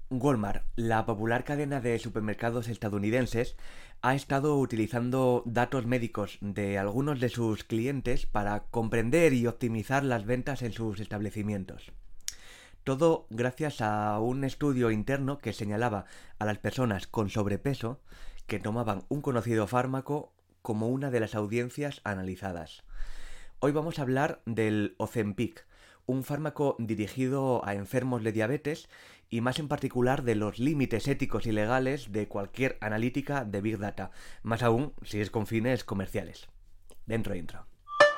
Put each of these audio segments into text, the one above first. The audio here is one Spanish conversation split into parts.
Walmart, la popular cadena de supermercados estadounidenses, ha estado utilizando datos médicos de algunos de sus clientes para comprender y optimizar las ventas en sus establecimientos. Todo gracias a un estudio interno que señalaba a las personas con sobrepeso que tomaban un conocido fármaco como una de las audiencias analizadas. Hoy vamos a hablar del Ozempic, un fármaco dirigido a enfermos de diabetes y más en particular de los límites éticos y legales de cualquier analítica de Big Data, más aún si es con fines comerciales. Dentro intro.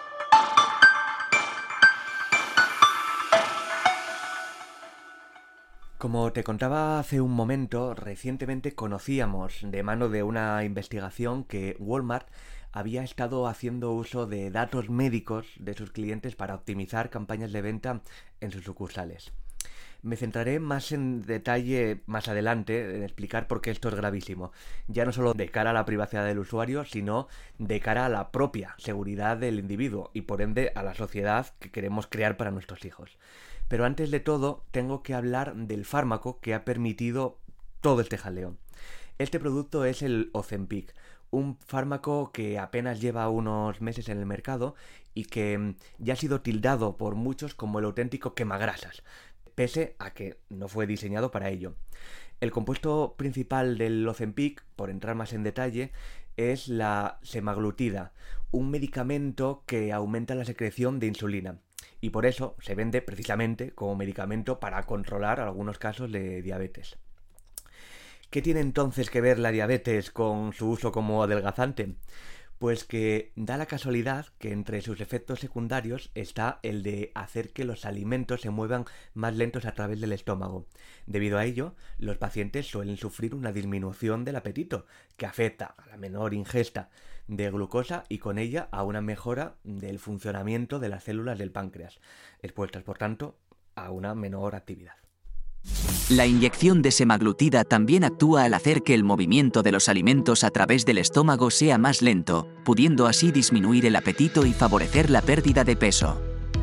Como te contaba hace un momento, recientemente conocíamos de mano de una investigación que Walmart había estado haciendo uso de datos médicos de sus clientes para optimizar campañas de venta en sus sucursales. Me centraré más en detalle más adelante en explicar por qué esto es gravísimo, ya no solo de cara a la privacidad del usuario, sino de cara a la propia seguridad del individuo y por ende a la sociedad que queremos crear para nuestros hijos. Pero antes de todo, tengo que hablar del fármaco que ha permitido todo este jaleo. Este producto es el Ozempic, un fármaco que apenas lleva unos meses en el mercado y que ya ha sido tildado por muchos como el auténtico quemagrasas, pese a que no fue diseñado para ello. El compuesto principal del Ozempic, por entrar más en detalle, es la semaglutida, un medicamento que aumenta la secreción de insulina. Y por eso se vende precisamente como medicamento para controlar algunos casos de diabetes. ¿Qué tiene entonces que ver la diabetes con su uso como adelgazante? Pues que da la casualidad que entre sus efectos secundarios está el de hacer que los alimentos se muevan más lentos a través del estómago. Debido a ello, los pacientes suelen sufrir una disminución del apetito, que afecta a la menor ingesta de glucosa y con ella a una mejora del funcionamiento de las células del páncreas, expuestas por tanto a una menor actividad. La inyección de semaglutida también actúa al hacer que el movimiento de los alimentos a través del estómago sea más lento, pudiendo así disminuir el apetito y favorecer la pérdida de peso.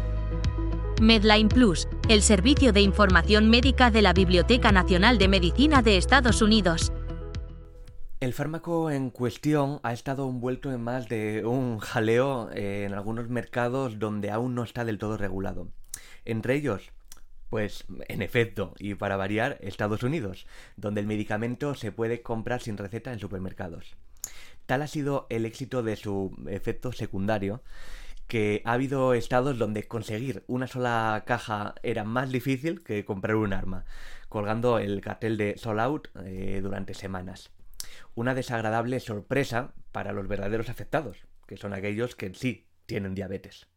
Medline Plus, el servicio de información médica de la Biblioteca Nacional de Medicina de Estados Unidos. El fármaco en cuestión ha estado envuelto en más de un jaleo en algunos mercados donde aún no está del todo regulado. Entre ellos, pues en efecto, y para variar, Estados Unidos, donde el medicamento se puede comprar sin receta en supermercados. Tal ha sido el éxito de su efecto secundario, que ha habido estados donde conseguir una sola caja era más difícil que comprar un arma, colgando el cartel de Sold Out durante semanas. Una desagradable sorpresa para los verdaderos afectados, que son aquellos que en sí tienen diabetes.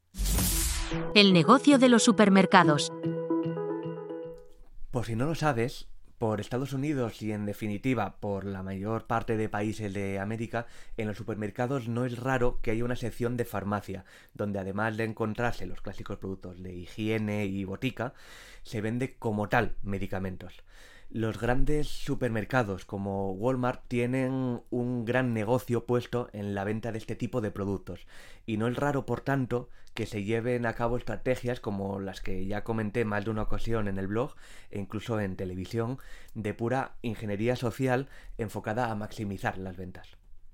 El negocio de los supermercados. Por si no lo sabes, por Estados Unidos y en definitiva por la mayor parte de países de América, en los supermercados no es raro que haya una sección de farmacia, donde además de encontrarse los clásicos productos de higiene y botica, se vende como tal medicamentos. Los grandes supermercados como Walmart tienen un gran negocio puesto en la venta de este tipo de productos y no es raro, por tanto, que se lleven a cabo estrategias como las que ya comenté más de una ocasión en el blog e incluso en televisión de pura ingeniería social enfocada a maximizar las ventas.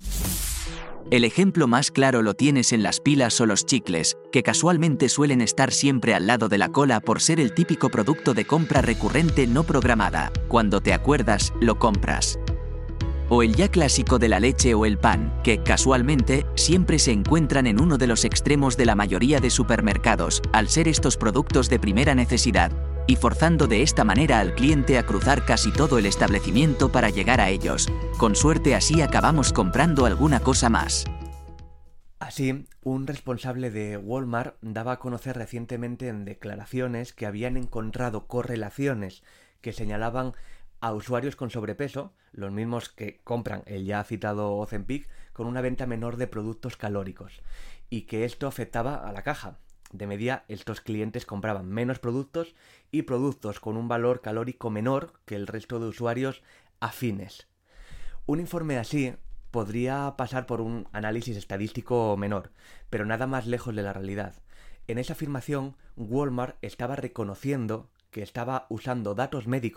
El ejemplo más claro lo tienes en las pilas o los chicles, que casualmente suelen estar siempre al lado de la cola por ser el típico producto de compra recurrente no programada. Cuando te acuerdas, lo compras. O el ya clásico de la leche o el pan, que, casualmente, siempre se encuentran en uno de los extremos de la mayoría de supermercados, al ser estos productos de primera necesidad, y forzando de esta manera al cliente a cruzar casi todo el establecimiento para llegar a ellos. Con suerte así acabamos comprando alguna cosa más. Así, un responsable de Walmart daba a conocer recientemente en declaraciones que habían encontrado correlaciones que señalaban a usuarios con sobrepeso, los mismos que compran el ya citado Ozempic, con una venta menor de productos calóricos, y que esto afectaba a la caja. De media, estos clientes compraban menos productos y productos con un valor calórico menor que el resto de usuarios afines. Un informe así podría pasar por un análisis estadístico menor, pero nada más lejos de la realidad. En esa afirmación, Walmart estaba reconociendo que estaba usando datos médicos,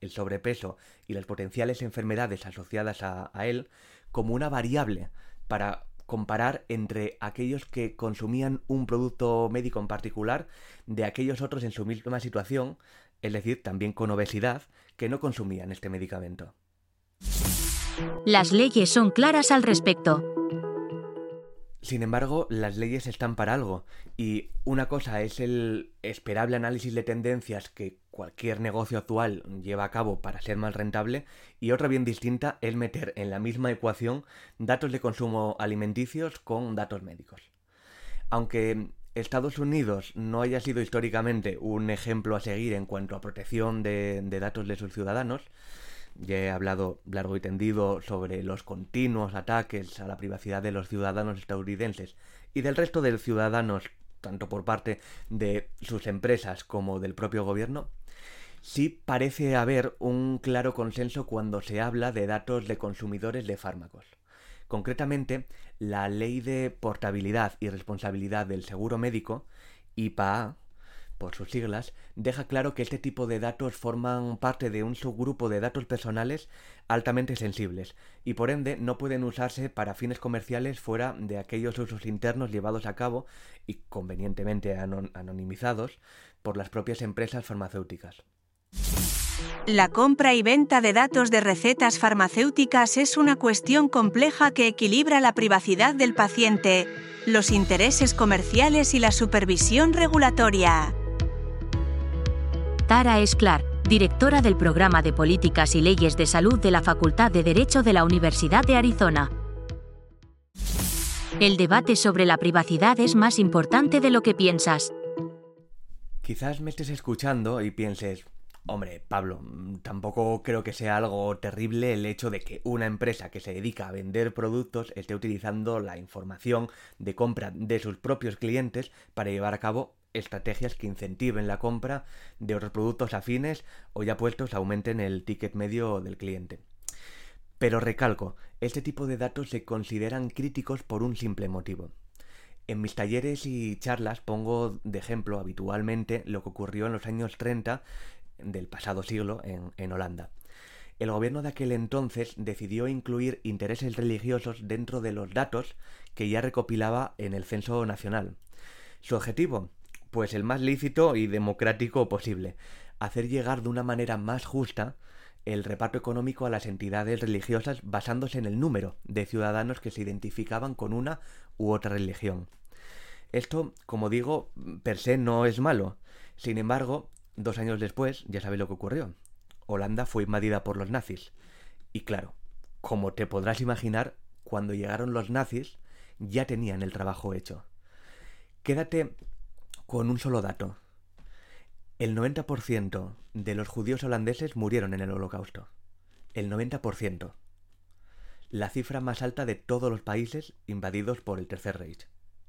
el sobrepeso y las potenciales enfermedades asociadas a él como una variable para comparar entre aquellos que consumían un producto médico en particular de aquellos otros en su misma situación, es decir, también con obesidad, que no consumían este medicamento. Las leyes son claras al respecto. Sin embargo, las leyes están para algo, y una cosa es el esperable análisis de tendencias que cualquier negocio actual lleva a cabo para ser más rentable, y otra bien distinta es meter en la misma ecuación datos de consumo alimenticios con datos médicos. Aunque Estados Unidos no haya sido históricamente un ejemplo a seguir en cuanto a protección de datos de sus ciudadanos, ya he hablado largo y tendido sobre los continuos ataques a la privacidad de los ciudadanos estadounidenses y del resto de ciudadanos, tanto por parte de sus empresas como del propio gobierno. Sí parece haber un claro consenso cuando se habla de datos de consumidores de fármacos. Concretamente, la Ley de Portabilidad y Responsabilidad del Seguro Médico, IPAA, por sus siglas, deja claro que este tipo de datos forman parte de un subgrupo de datos personales altamente sensibles y por ende no pueden usarse para fines comerciales fuera de aquellos usos internos llevados a cabo y convenientemente anonimizados por las propias empresas farmacéuticas. La compra y venta de datos de recetas farmacéuticas es una cuestión compleja que equilibra la privacidad del paciente, los intereses comerciales y la supervisión regulatoria. Tara Sklar, directora del Programa de Políticas y Leyes de Salud de la Facultad de Derecho de la Universidad de Arizona. El debate sobre la privacidad es más importante de lo que piensas. Quizás me estés escuchando y pienses, hombre, Pablo, tampoco creo que sea algo terrible el hecho de que una empresa que se dedica a vender productos esté utilizando la información de compra de sus propios clientes para llevar a cabo estrategias que incentiven la compra de otros productos afines o ya puestos aumenten el ticket medio del cliente. Pero recalco, este tipo de datos se consideran críticos por un simple motivo. En mis talleres y charlas pongo de ejemplo habitualmente lo que ocurrió en los años 30 del pasado siglo en Holanda. El gobierno de aquel entonces decidió incluir intereses religiosos dentro de los datos que ya recopilaba en el censo nacional. Su objetivo, pues el más lícito y democrático posible, hacer llegar de una manera más justa el reparto económico a las entidades religiosas basándose en el número de ciudadanos que se identificaban con una u otra religión. Esto, como digo, per se no es malo. Sin embargo, 2 años después, ya sabéis lo que ocurrió. Holanda fue invadida por los nazis. Y claro, como te podrás imaginar, cuando llegaron los nazis, ya tenían el trabajo hecho. Quédate con un solo dato. El 90% de los judíos holandeses murieron en el Holocausto. El 90%. La cifra más alta de todos los países invadidos por el Tercer Reich.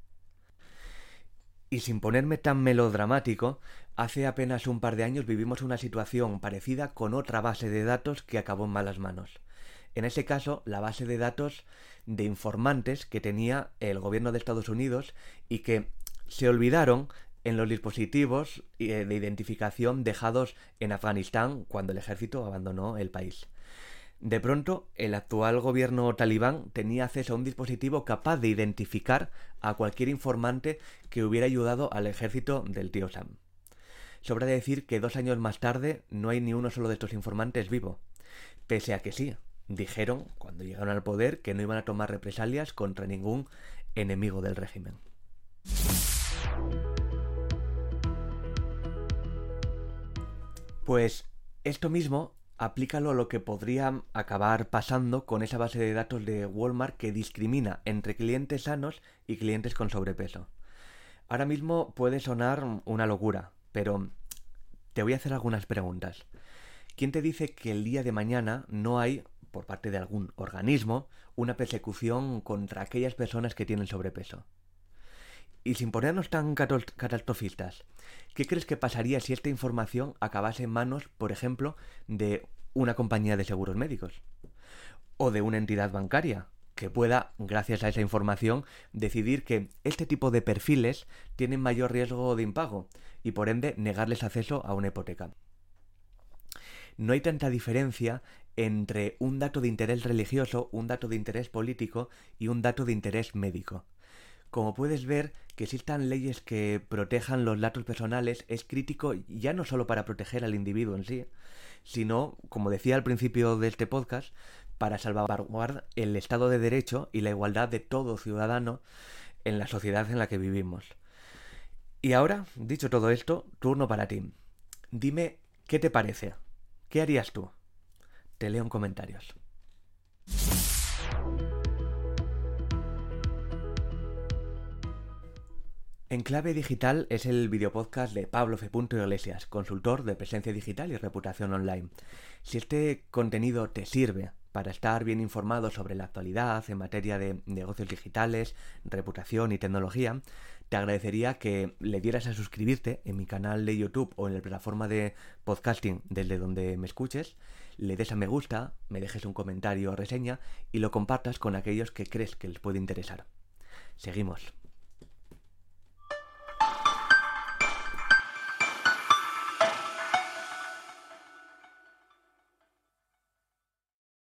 Y sin ponerme tan melodramático, hace apenas un par de años vivimos una situación parecida con otra base de datos que acabó en malas manos. En ese caso, la base de datos de informantes que tenía el gobierno de Estados Unidos y que se olvidaron en los dispositivos de identificación dejados en Afganistán cuando el ejército abandonó el país. De pronto, el actual gobierno talibán tenía acceso a un dispositivo capaz de identificar a cualquier informante que hubiera ayudado al ejército del tío Sam. Sobra decir que 2 años más tarde no hay ni uno solo de estos informantes vivo, pese a que sí, dijeron cuando llegaron al poder que no iban a tomar represalias contra ningún enemigo del régimen. Pues esto mismo aplícalo a lo que podría acabar pasando con esa base de datos de Walmart que discrimina entre clientes sanos y clientes con sobrepeso. Ahora mismo puede sonar una locura, pero te voy a hacer algunas preguntas. ¿Quién te dice que el día de mañana no hay, por parte de algún organismo, una persecución contra aquellas personas que tienen sobrepeso? Y sin ponernos tan catastrofistas, ¿qué crees que pasaría si esta información acabase en manos, por ejemplo, de una compañía de seguros médicos? O de una entidad bancaria, que pueda, gracias a esa información, decidir que este tipo de perfiles tienen mayor riesgo de impago y por ende negarles acceso a una hipoteca. no hay tanta diferencia entre un dato de interés religioso, un dato de interés político y un dato de interés médico. Como puedes ver, que existan leyes que protejan los datos personales es crítico ya no solo para proteger al individuo en sí, sino, como decía al principio de este podcast, para salvaguardar el Estado de Derecho y la igualdad de todo ciudadano en la sociedad en la que vivimos. Y ahora, dicho todo esto, turno para ti. Dime, ¿qué te parece? ¿Qué harías tú? Te leo en comentarios. Enclave Digital es el videopodcast de Pablo F. Iglesias, consultor de presencia digital y reputación online. Si este contenido te sirve para estar bien informado sobre la actualidad en materia de negocios digitales, reputación y tecnología, te agradecería que le dieras a suscribirte en mi canal de YouTube o en la plataforma de podcasting desde donde me escuches, le des a me gusta, me dejes un comentario o reseña y lo compartas con aquellos que crees que les puede interesar. Seguimos.